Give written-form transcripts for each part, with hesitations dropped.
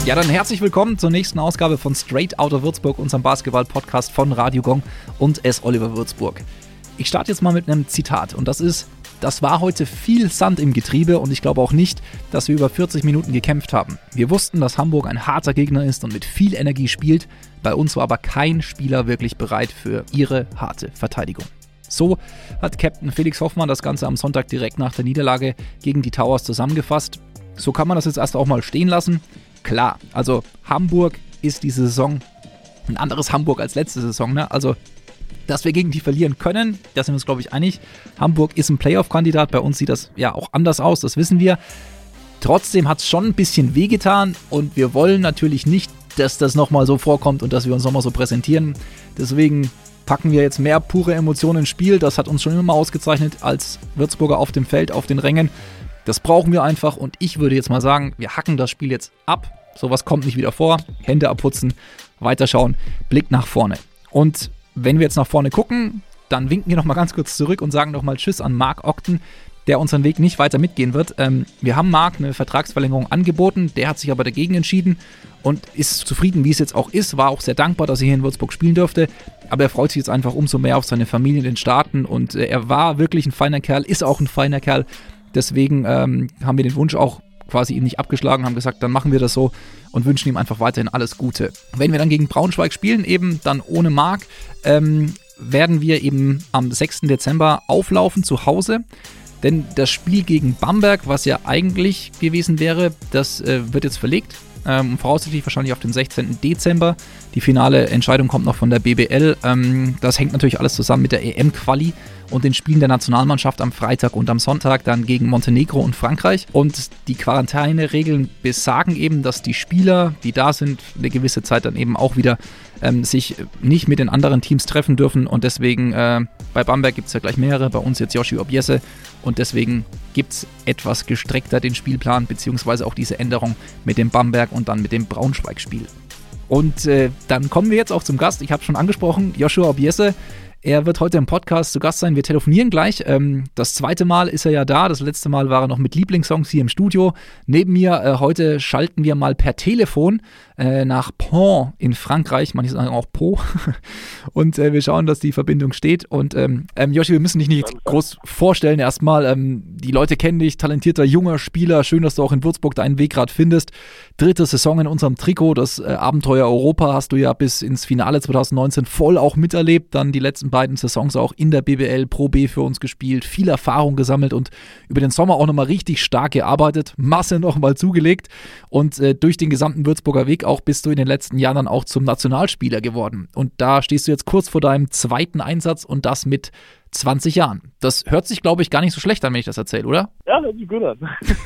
Ja, dann herzlich willkommen zur nächsten Ausgabe von Straight Outta Würzburg, unserem Basketball-Podcast von Radio Gong und S. Oliver Würzburg. Ich starte jetzt mal mit einem Zitat und das ist: Das war heute viel Sand im Getriebe und ich glaube auch nicht, dass wir über 40 Minuten gekämpft haben. Wir wussten, dass Hamburg ein harter Gegner ist und mit viel Energie spielt. Bei uns war aber kein Spieler wirklich bereit für ihre harte Verteidigung. So hat Captain Felix Hoffmann das Ganze am Sonntag direkt nach der Niederlage gegen die Towers zusammengefasst. So kann man das jetzt erst auch mal stehen lassen. Klar, also Hamburg ist diese Saison ein anderes Hamburg als letzte Saison, ne? Also, dass wir gegen die verlieren können, da sind wir uns, glaube ich, einig. Hamburg ist ein Playoff-Kandidat, bei uns sieht das ja auch anders aus, das wissen wir. Trotzdem hat es schon ein bisschen wehgetan und wir wollen natürlich nicht, dass das nochmal so vorkommt und dass wir uns nochmal so präsentieren. Deswegen packen wir jetzt mehr pure Emotionen ins Spiel. Das hat uns schon immer ausgezeichnet als Würzburger auf dem Feld, auf den Rängen. Das brauchen wir einfach und ich würde jetzt mal sagen, wir hacken das Spiel jetzt ab. Sowas kommt nicht wieder vor. Hände abputzen, weiterschauen, Blick nach vorne. Und wenn wir jetzt nach vorne gucken, dann winken wir nochmal ganz kurz zurück und sagen nochmal Tschüss an Marc Ogden, der unseren Weg nicht weiter mitgehen wird. Wir haben Marc eine Vertragsverlängerung angeboten, der hat sich aber dagegen entschieden und ist zufrieden, wie es jetzt auch ist, war auch sehr dankbar, dass er hier in Würzburg spielen durfte, aber er freut sich jetzt einfach umso mehr auf seine Familie in den Staaten und er war wirklich ein feiner Kerl, ist auch ein feiner Kerl. Deswegen haben wir den Wunsch auch quasi ihn nicht abgeschlagen, haben gesagt, dann machen wir das so und wünschen ihm einfach weiterhin alles Gute. Wenn wir dann gegen Braunschweig spielen, eben dann ohne Marc, werden wir eben am 6. Dezember auflaufen zu Hause. Denn das Spiel gegen Bamberg, was ja eigentlich gewesen wäre, das wird jetzt verlegt. Voraussichtlich wahrscheinlich auf den 16. Dezember. Die finale Entscheidung kommt noch von der BBL. Das hängt natürlich alles zusammen mit der EM-Quali und den Spielen der Nationalmannschaft am Freitag und am Sonntag dann gegen Montenegro und Frankreich. Und die Quarantäneregeln besagen eben, dass die Spieler, die da sind, eine gewisse Zeit dann eben auch wieder sich nicht mit den anderen Teams treffen dürfen. Und deswegen, bei Bamberg gibt es ja gleich mehrere, bei uns jetzt Joshua Obiese. Und deswegen gibt es etwas gestreckter den Spielplan, beziehungsweise auch diese Änderung mit dem Bamberg und dann mit dem Braunschweig-Spiel. Und dann kommen wir jetzt auch zum Gast. Ich habe schon angesprochen, Joshua Obiese. Er wird heute im Podcast zu Gast sein. Wir telefonieren gleich. Das zweite Mal ist er ja da. Das letzte Mal war er noch mit Lieblingssongs hier im Studio. Neben mir, heute schalten wir mal per Telefon nach Pont in Frankreich. Manche sagen auch Po. Und wir schauen, dass die Verbindung steht. Und Joshi, wir müssen dich nicht groß vorstellen erstmal. Die Leute kennen dich, talentierter junger Spieler. Schön, dass du auch in Würzburg deinen Weg gerade findest. 3. Saison in unserem Trikot. Das Abenteuer Europa hast du ja bis ins Finale 2019 voll auch miterlebt. Dann die letzten beiden Saisons auch in der BBL Pro B für uns gespielt, viel Erfahrung gesammelt und über den Sommer auch nochmal richtig stark gearbeitet, Masse nochmal zugelegt und durch den gesamten Würzburger Weg auch bist du in den letzten Jahren dann auch zum Nationalspieler geworden. Und da stehst du jetzt kurz vor deinem zweiten Einsatz und das mit 20 Jahren. Das hört sich, glaube ich, gar nicht so schlecht an, wenn ich das erzähle, oder? Ja, hört sich gut an.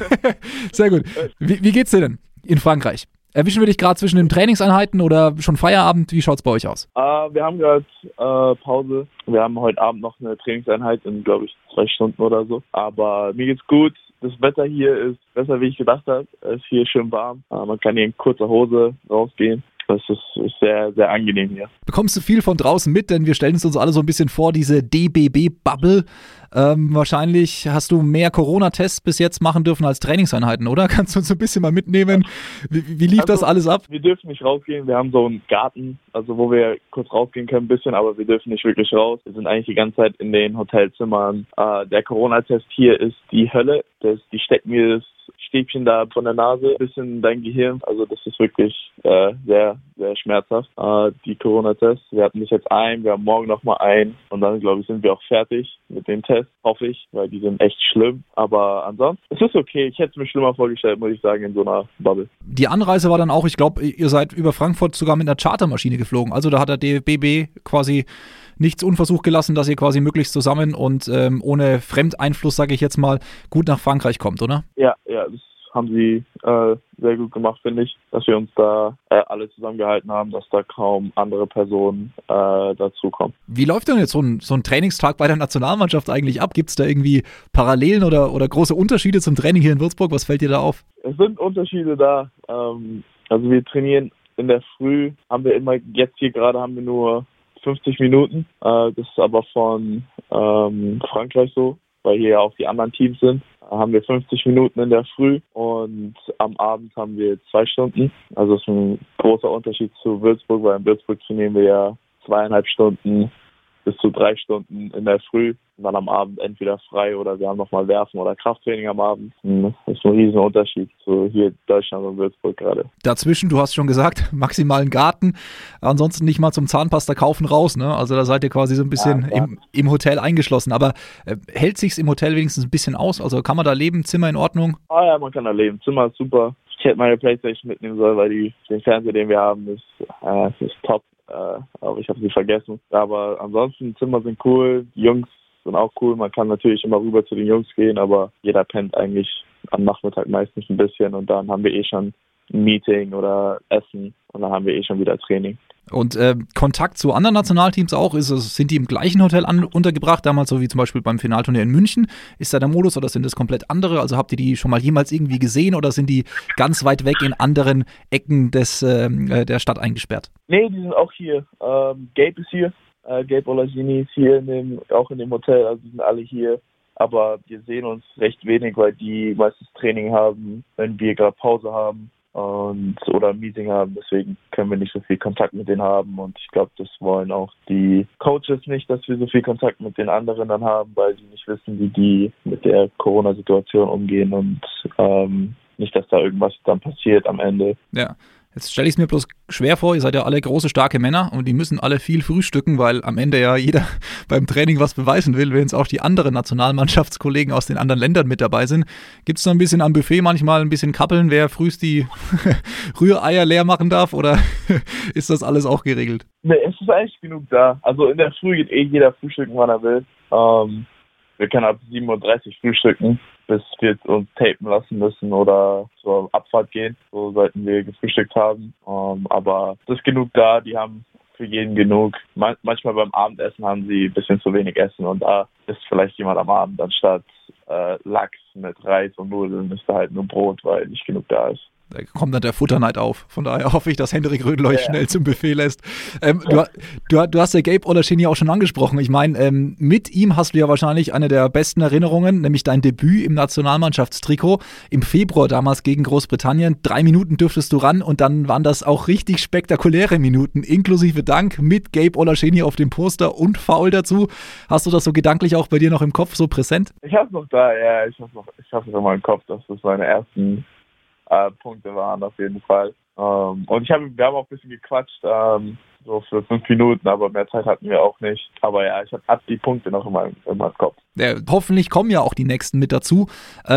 Sehr gut. Wie geht's dir denn in Frankreich? Erwischen wir dich gerade zwischen den Trainingseinheiten oder schon Feierabend? Wie schaut's bei euch aus? Wir haben gerade Pause. Wir haben heute Abend noch eine Trainingseinheit in, glaube ich, 2 Stunden oder so. Aber mir geht's gut. Das Wetter hier ist besser, wie ich gedacht habe. Es ist hier schön warm. Man kann hier in kurzer Hose rausgehen. Das ist sehr, sehr angenehm hier. Bekommst du viel von draußen mit? Denn wir stellen es uns alle so ein bisschen vor, diese DBB-Bubble. Wahrscheinlich hast du mehr Corona-Tests bis jetzt machen dürfen als Trainingseinheiten, oder? Kannst du uns ein bisschen mal mitnehmen? Wie lief das alles ab? Wir dürfen nicht rausgehen. Wir haben so einen Garten, also wo wir kurz rausgehen können ein bisschen, aber wir dürfen nicht wirklich raus. Wir sind eigentlich die ganze Zeit in den Hotelzimmern. Der Corona-Test hier ist die Hölle. Die stecken mir das Stäbchen da von der Nase bis in dein Gehirn. Also das ist wirklich sehr, sehr schmerzhaft, die Corona-Tests. Wir hatten bis jetzt einen, wir haben morgen nochmal einen und dann, glaube ich, sind wir auch fertig mit dem Test, hoffe ich, weil die sind echt schlimm. Aber ansonsten, es ist okay. Ich hätte es mir schlimmer vorgestellt, muss ich sagen, in so einer Bubble. Die Anreise war dann auch, ich glaube, ihr seid über Frankfurt sogar mit einer Chartermaschine geflogen. Also da hat der DBB quasi nichts unversucht gelassen, dass ihr quasi möglichst zusammen und ohne Fremdeinfluss, sage ich jetzt mal, gut nach Frankreich kommt, oder? Ja, das haben sie sehr gut gemacht, finde ich, dass wir uns da alle zusammengehalten haben, dass da kaum andere Personen dazukommen. Wie läuft denn jetzt so ein Trainingstag bei der Nationalmannschaft eigentlich ab? Gibt es da irgendwie Parallelen oder große Unterschiede zum Training hier in Würzburg? Was fällt dir da auf? Es sind Unterschiede da. Also wir trainieren in der Früh, jetzt hier gerade haben wir nur 50 Minuten. Das ist aber von Frankreich so, weil hier ja auch die anderen Teams sind. haben wir 50 Minuten in der Früh und am Abend haben wir 2 Stunden. Also das ist ein großer Unterschied zu Würzburg, weil in Würzburg trainieren wir ja 2,5 Stunden bis zu 3 Stunden in der Früh und dann am Abend entweder frei oder wir haben nochmal Werfen oder Krafttraining am Abend. Das ist ein riesen Unterschied zu hier Deutschland und Würzburg gerade. Dazwischen, du hast schon gesagt, maximalen Garten, ansonsten nicht mal zum Zahnpasta kaufen raus, ne? Also da seid ihr quasi so ein bisschen im Hotel eingeschlossen. Aber hält sich's im Hotel wenigstens ein bisschen aus? Also kann man da leben, Zimmer in Ordnung? Ja, man kann da leben. Zimmer ist super. Ich hätte meine Playstation mitnehmen sollen, weil den Fernseher, den wir haben, ist top. Aber ich habe sie vergessen. Aber ansonsten, Zimmer sind cool, die Jungs sind auch cool. Man kann natürlich immer rüber zu den Jungs gehen, aber jeder pennt eigentlich am Nachmittag meistens ein bisschen und dann haben wir schon ein Meeting oder Essen und dann haben wir schon wieder Training. Und Kontakt zu anderen Nationalteams auch? Sind die im gleichen Hotel untergebracht, damals so wie zum Beispiel beim Finalturnier in München? Ist da der Modus oder sind das komplett andere? Also habt ihr die schon mal jemals irgendwie gesehen oder sind die ganz weit weg in anderen Ecken der Stadt eingesperrt? Nee, die sind auch hier. Gabe ist hier. Gabe Olajini ist hier auch in dem Hotel. Also die sind alle hier. Aber wir sehen uns recht wenig, weil die meistens Training haben, wenn wir gerade Pause haben. Oder ein Meeting haben, deswegen können wir nicht so viel Kontakt mit denen haben und ich glaube, das wollen auch die Coaches nicht, dass wir so viel Kontakt mit den anderen dann haben, weil sie nicht wissen, wie die mit der Corona-Situation umgehen und nicht, dass da irgendwas dann passiert am Ende. Ja. Jetzt stelle ich es mir bloß schwer vor, ihr seid ja alle große, starke Männer und die müssen alle viel frühstücken, weil am Ende ja jeder beim Training was beweisen will, wenn jetzt auch die anderen Nationalmannschaftskollegen aus den anderen Ländern mit dabei sind. Gibt es da ein bisschen am Buffet manchmal ein bisschen kappeln, wer frühst die Rühreier leer machen darf oder ist das alles auch geregelt? Nee, es ist eigentlich genug da. Also in der Früh geht jeder frühstücken, wann er will. Wir können ab 7:30 Uhr frühstücken, bis wir uns tapen lassen müssen oder zur Abfahrt gehen. So sollten wir gefrühstückt haben. Aber es ist genug da, die haben für jeden genug. Manchmal beim Abendessen haben sie ein bisschen zu wenig Essen und da ist vielleicht jemand am Abend anstatt Lachs mit Reis und Nudeln ist da halt nur Brot, weil nicht genug da ist. Da kommt dann der Futterneid auf. Von daher hoffe ich, dass Hendrik Rödel euch schnell zum Buffet lässt. Du hast ja Gabe Olajini auch schon angesprochen. Ich meine, mit ihm hast du ja wahrscheinlich eine der besten Erinnerungen, nämlich dein Debüt im Nationalmannschaftstrikot im Februar damals gegen Großbritannien. 3 Minuten dürftest du ran und dann waren das auch richtig spektakuläre Minuten, inklusive Dank mit Gabe Olajini auf dem Poster und Foul dazu. Hast du das so gedanklich auch bei dir noch im Kopf so präsent? Ich hab's noch da, ja. Ich hab's noch mal im Kopf, dass das meine ersten Punkte waren auf jeden Fall. Und wir haben auch ein bisschen gequatscht, so für 5 Minuten, aber mehr Zeit hatten wir auch nicht. Aber ja, ich habe die Punkte noch in meinem Kopf. Ja, hoffentlich kommen ja auch die nächsten mit dazu.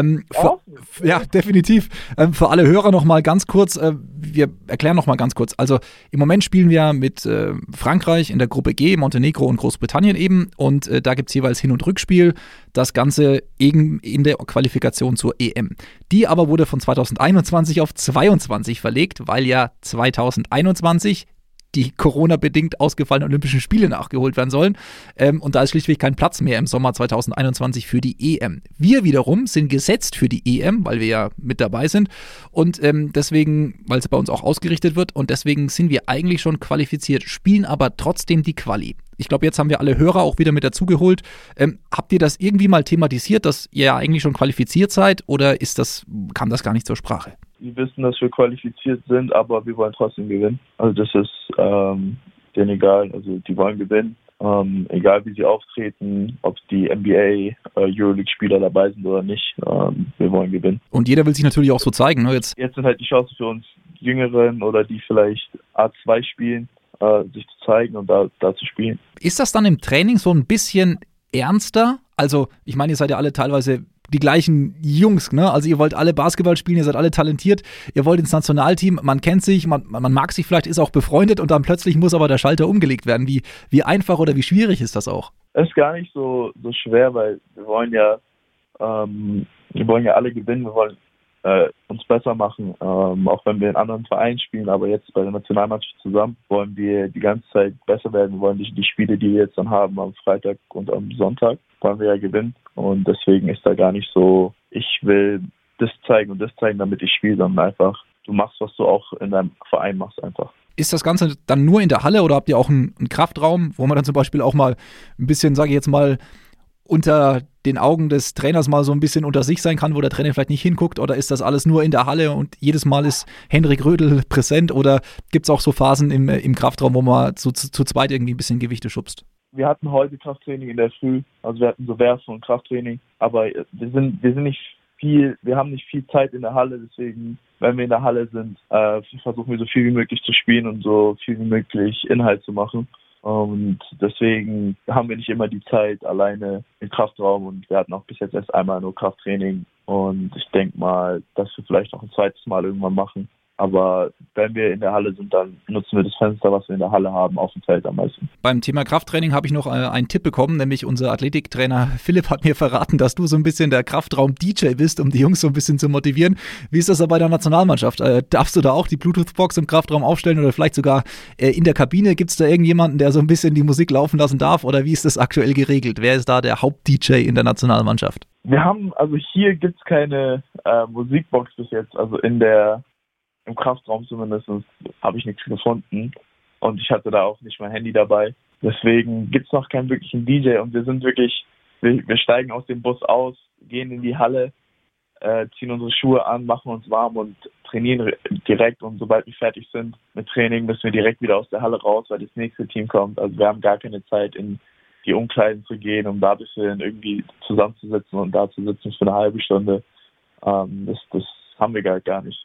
Ja, definitiv. Für alle Hörer noch mal ganz kurz, wir erklären noch mal ganz kurz. Also im Moment spielen wir mit Frankreich in der Gruppe G, Montenegro und Großbritannien eben und da gibt es jeweils Hin- und Rückspiel. Das Ganze in der Qualifikation zur EM. Die aber wurde von 2021 auf 22 verlegt, weil ja 2021 die Corona-bedingt ausgefallenen Olympischen Spiele nachgeholt werden sollen. Und da ist schlichtweg kein Platz mehr im Sommer 2021 für die EM. Wir wiederum sind gesetzt für die EM, weil wir ja mit dabei sind. Und deswegen, weil es bei uns auch ausgerichtet wird, und deswegen sind wir eigentlich schon qualifiziert, spielen aber trotzdem die Quali. Ich glaube, jetzt haben wir alle Hörer auch wieder mit dazugeholt. Habt ihr das irgendwie mal thematisiert, dass ihr ja eigentlich schon qualifiziert seid, oder kam das gar nicht zur Sprache? Die wissen, dass wir qualifiziert sind, aber wir wollen trotzdem gewinnen. Also das ist denen egal. Also die wollen gewinnen. Egal wie sie auftreten, ob die NBA, Euroleague-Spieler dabei sind oder nicht. Wir wollen gewinnen. Und jeder will sich natürlich auch so zeigen. Ne? Jetzt sind halt die Chancen für uns Jüngeren oder die vielleicht A2 spielen, sich zu zeigen und da zu spielen. Ist das dann im Training so ein bisschen ernster? Also ich meine, ihr seid ja alle teilweise die gleichen Jungs, ne? Also ihr wollt alle Basketball spielen, ihr seid alle talentiert, ihr wollt ins Nationalteam, man kennt sich, man mag sich vielleicht, ist auch befreundet und dann plötzlich muss aber der Schalter umgelegt werden. Wie einfach oder wie schwierig ist das auch? Es ist gar nicht so schwer, weil wir wollen ja alle gewinnen, wir wollen uns besser machen, auch wenn wir in anderen Vereinen spielen, aber jetzt bei der Nationalmannschaft zusammen wollen wir die ganze Zeit besser werden. Wir wollen die Spiele, die wir jetzt dann haben, am Freitag und am Sonntag, wollen wir ja gewinnen. Und deswegen ist da gar nicht so, ich will das zeigen und das zeigen, damit ich spiele, sondern einfach, du machst, was du auch in deinem Verein machst einfach. Ist das Ganze dann nur in der Halle oder habt ihr auch einen Kraftraum, wo man dann zum Beispiel auch mal ein bisschen, sage ich jetzt mal, unter den Augen des Trainers mal so ein bisschen unter sich sein kann, wo der Trainer vielleicht nicht hinguckt, oder ist das alles nur in der Halle und jedes Mal ist Henrik Rödel präsent, oder gibt es auch so Phasen im Kraftraum, wo man zu zweit irgendwie ein bisschen Gewichte schubst? Wir hatten heute Krafttraining in der Früh, also wir hatten so Werfen und Krafttraining, aber wir sind nicht wir haben nicht viel Zeit in der Halle, deswegen, wenn wir in der Halle sind, versuchen wir so viel wie möglich zu spielen und so viel wie möglich Inhalt zu machen. Und deswegen haben wir nicht immer die Zeit alleine im Kraftraum, und wir hatten auch bis jetzt erst einmal nur Krafttraining, und ich denke mal, dass wir vielleicht noch ein zweites Mal irgendwann machen. Aber wenn wir in der Halle sind, dann nutzen wir das Fenster, was wir in der Halle haben, auf dem Feld am meisten. Beim Thema Krafttraining habe ich noch einen Tipp bekommen, nämlich unser Athletiktrainer Philipp hat mir verraten, dass du so ein bisschen der Kraftraum-DJ bist, um die Jungs so ein bisschen zu motivieren. Wie ist das da bei der Nationalmannschaft? Darfst du da auch die Bluetooth-Box im Kraftraum aufstellen oder vielleicht sogar in der Kabine? Gibt es da irgendjemanden, der so ein bisschen die Musik laufen lassen darf, oder wie ist das aktuell geregelt? Wer ist da der Haupt-DJ in der Nationalmannschaft? Also hier gibt es keine Musikbox bis jetzt, also im Kraftraum zumindest habe ich nichts gefunden, und ich hatte da auch nicht mein Handy dabei. Deswegen gibt es noch keinen wirklichen DJ, und wir steigen aus dem Bus aus, gehen in die Halle, ziehen unsere Schuhe an, machen uns warm und trainieren direkt, und sobald wir fertig sind mit Training, müssen wir direkt wieder aus der Halle raus, weil das nächste Team kommt. Also wir haben gar keine Zeit, in die Umkleiden zu gehen, um da ein bisschen irgendwie zusammenzusitzen und da zu sitzen für eine halbe Stunde. Das haben wir gar nicht.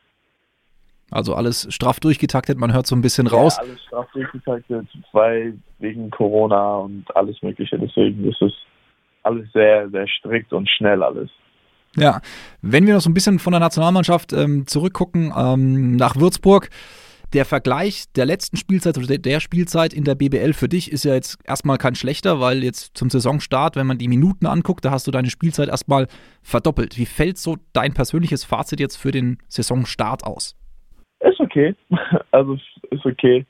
Also alles straff durchgetaktet, man hört so ein bisschen raus. Ja, alles straff durchgetaktet, weil wegen Corona und alles Mögliche. Deswegen ist es alles sehr, sehr strikt und schnell alles. Ja, wenn wir noch so ein bisschen von der Nationalmannschaft zurückgucken nach Würzburg, der Vergleich der letzten Spielzeit oder der Spielzeit in der BBL für dich ist ja jetzt erstmal kein schlechter, weil jetzt zum Saisonstart, wenn man die Minuten anguckt, da hast du deine Spielzeit erstmal verdoppelt. Wie fällt so dein persönliches Fazit jetzt für den Saisonstart aus? Ist okay. Also ist okay.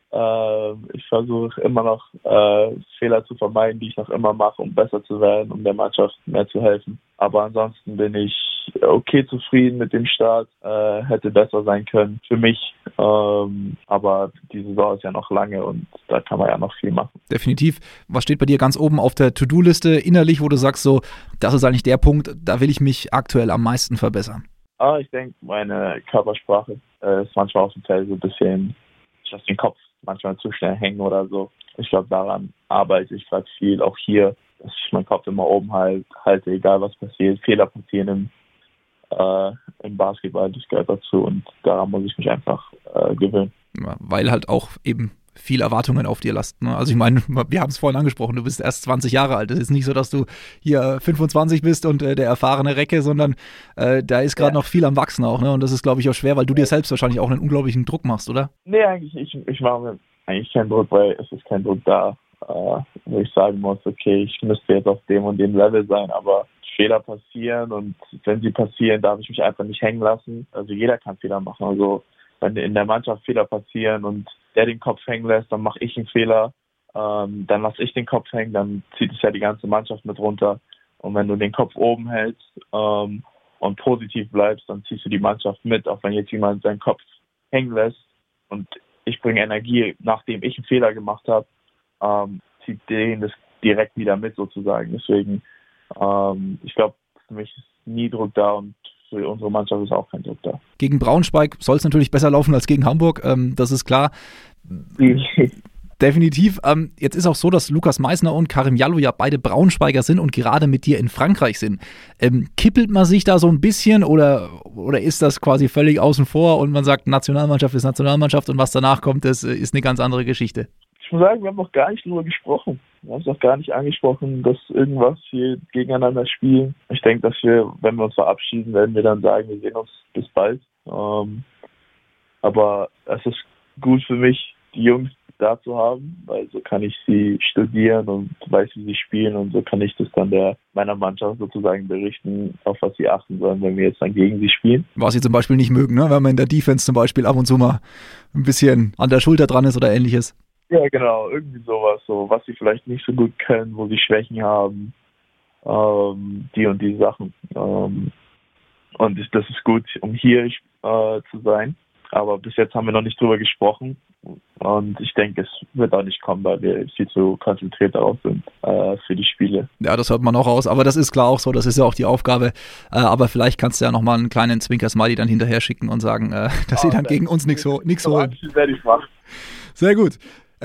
Ich versuche immer noch Fehler zu vermeiden, die ich noch immer mache, um besser zu werden, um der Mannschaft mehr zu helfen. Aber ansonsten bin ich okay zufrieden mit dem Start. Hätte besser sein können für mich. Aber die Saison ist ja noch lange, und da kann man ja noch viel machen. Definitiv. Was steht bei dir ganz oben auf der To-Do-Liste innerlich, wo du sagst, so, das ist eigentlich der Punkt, da will ich mich aktuell am meisten verbessern? Ich denke, meine Körpersprache ist manchmal auf dem Feld so ein bisschen, ich lasse den Kopf manchmal zu schnell hängen oder so. Ich glaube, daran arbeite ich gerade viel. Auch hier, dass ich meinen Kopf immer oben halte, egal was passiert. Fehler passieren im Basketball, das gehört dazu, und daran muss ich mich einfach gewöhnen. Ja, weil halt auch eben viel Erwartungen auf dir lasten. Ne? Also ich meine, wir haben es vorhin angesprochen, du bist erst 20 Jahre alt. Es ist nicht so, dass du hier 25 bist und der erfahrene Recke, sondern da ist gerade noch viel am Wachsen auch. Ne? Und das ist, glaube ich, auch schwer, weil du dir selbst wahrscheinlich auch einen unglaublichen Druck machst, oder? Nee, eigentlich, ich mache mir eigentlich keinen Druck, weil es ist kein Druck da, wo ich sagen muss, okay, ich müsste jetzt auf dem und dem Level sein, aber Fehler passieren, und wenn sie passieren, darf ich mich einfach nicht hängen lassen. Also jeder kann Fehler machen. Also wenn in der Mannschaft Fehler passieren und der den Kopf hängen lässt, dann mache ich einen Fehler, dann lasse ich den Kopf hängen, dann zieht es ja die ganze Mannschaft mit runter. Und wenn du den Kopf oben hältst und positiv bleibst, dann ziehst du die Mannschaft mit, auch wenn jetzt jemand seinen Kopf hängen lässt und ich bringe Energie, nachdem ich einen Fehler gemacht habe, zieht den das direkt wieder mit sozusagen. Deswegen, ich glaube, für mich ist nie Druck da, und für unsere Mannschaft ist auch kein Druck da. Gegen Braunschweig soll es natürlich besser laufen als gegen Hamburg, das ist klar. Definitiv. Jetzt ist auch so, dass Lukas Meissner und Karim Jallo ja beide Braunschweiger sind und gerade mit dir in Frankreich sind. Kippelt man sich da so ein bisschen oder ist das quasi völlig außen vor und man sagt, Nationalmannschaft ist Nationalmannschaft und was danach kommt, das ist eine ganz andere Geschichte? Ich muss sagen, wir haben noch gar nicht drüber gesprochen. Wir haben es noch gar nicht angesprochen, dass irgendwas hier gegeneinander spielen. Ich denke, dass wir, wenn wir uns verabschieden, werden wir dann sagen, wir sehen uns bis bald. Aber es ist gut für mich, die Jungs da zu haben, weil so kann ich sie studieren und weiß, wie sie spielen, und so kann ich das dann meiner Mannschaft sozusagen berichten, auf was sie achten sollen, wenn wir jetzt dann gegen sie spielen. Was sie zum Beispiel nicht mögen, ne? Wenn man in der Defense zum Beispiel ab und zu mal ein bisschen an der Schulter dran ist oder ähnliches. Ja, genau, irgendwie sowas, so was sie vielleicht nicht so gut können, wo sie Schwächen haben, die und die Sachen. Und das ist gut, um hier zu sein. Aber bis jetzt haben wir noch nicht drüber gesprochen. Und ich denke, es wird auch nicht kommen, weil wir viel zu konzentriert darauf sind für die Spiele. Ja, das hört man auch raus, aber das ist klar auch so, das ist ja auch die Aufgabe. Aber vielleicht kannst du ja nochmal einen kleinen Zwinker-Smiley dann hinterher schicken und sagen, dass sie dann gegen uns nichts holen. Werde ich machen. Sehr gut.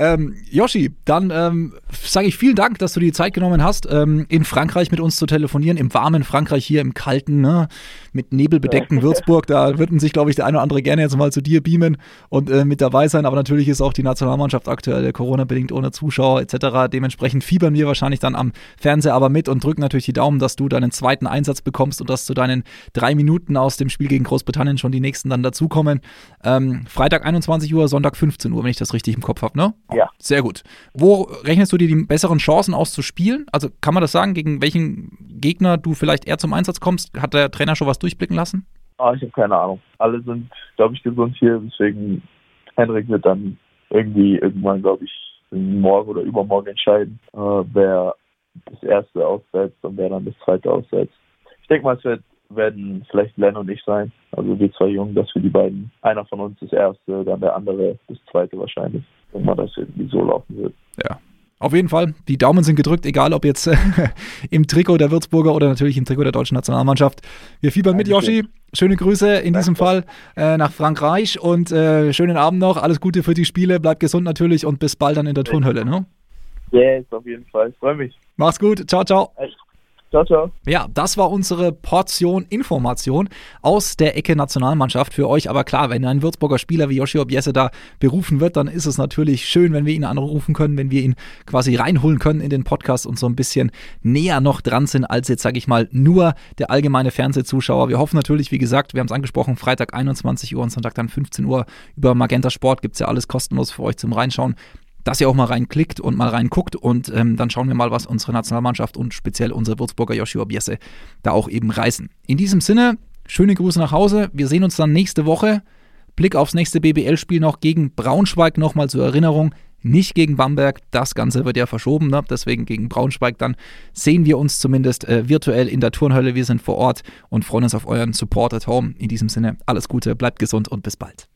Joshi, dann sage ich vielen Dank, dass du die Zeit genommen hast, in Frankreich mit uns zu telefonieren, im warmen Frankreich, hier im kalten, ne, mit nebelbedeckten Würzburg. Da würden sich, glaube ich, der eine oder andere gerne jetzt mal zu dir beamen und mit dabei sein. Aber natürlich ist auch die Nationalmannschaft aktuell Corona-bedingt ohne Zuschauer etc. Dementsprechend fiebern wir wahrscheinlich dann am Fernseher aber mit und drücken natürlich die Daumen, dass du deinen zweiten Einsatz bekommst und dass zu deinen 3 Minuten aus dem Spiel gegen Großbritannien schon die nächsten dann dazukommen. Freitag 21 Uhr, Sonntag 15 Uhr, wenn ich das richtig im Kopf habe, ne? Ja. Sehr gut. Wo rechnest du dir die besseren Chancen aus zu spielen? Also kann man das sagen, gegen welchen Gegner du vielleicht eher zum Einsatz kommst? Hat der Trainer schon was durchblicken lassen? Ich habe keine Ahnung. Alle sind, glaube ich, gesund hier. Deswegen Henrik wird dann irgendwann, glaube ich, morgen oder übermorgen entscheiden, wer das erste aussetzt und wer dann das zweite aussetzt. Ich denke mal, werden vielleicht Len und ich sein. Also wir 2 Jungen, dass wir die beiden, einer von uns das erste, dann der andere das zweite wahrscheinlich, wenn man das irgendwie so laufen wird. Ja, auf jeden Fall. Die Daumen sind gedrückt, egal ob jetzt im Trikot der Würzburger oder natürlich im Trikot der deutschen Nationalmannschaft. Wir fiebern mit, Joshi. Schöne Grüße in diesem Fall nach Frankreich und schönen Abend noch. Alles Gute für die Spiele. Bleib gesund natürlich und bis bald dann in der Turnhölle. Ne? Yes, auf jeden Fall. Ich freue mich. Mach's gut. Ciao, ciao. Ciao, ciao. Ja, das war unsere Portion Information aus der Ecke Nationalmannschaft für euch. Aber klar, wenn ein Würzburger Spieler wie Joshi Obiese da berufen wird, dann ist es natürlich schön, wenn wir ihn anrufen können, wenn wir ihn quasi reinholen können in den Podcast und so ein bisschen näher noch dran sind als jetzt, sage ich mal, nur der allgemeine Fernsehzuschauer. Wir hoffen natürlich, wie gesagt, wir haben es angesprochen, Freitag 21 Uhr und Sonntag dann 15 Uhr über Magenta Sport gibt es ja alles kostenlos für euch zum Reinschauen, dass ihr auch mal reinklickt und mal reinguckt und dann schauen wir mal, was unsere Nationalmannschaft und speziell unsere Würzburger Joshi Obiese da auch eben reißen. In diesem Sinne, schöne Grüße nach Hause. Wir sehen uns dann nächste Woche. Blick aufs nächste BBL-Spiel noch gegen Braunschweig, nochmal zur Erinnerung. Nicht gegen Bamberg, das Ganze wird ja verschoben, ne? Deswegen gegen Braunschweig dann sehen wir uns zumindest virtuell in der Turnhölle. Wir sind vor Ort und freuen uns auf euren Support at home. In diesem Sinne, alles Gute, bleibt gesund und bis bald.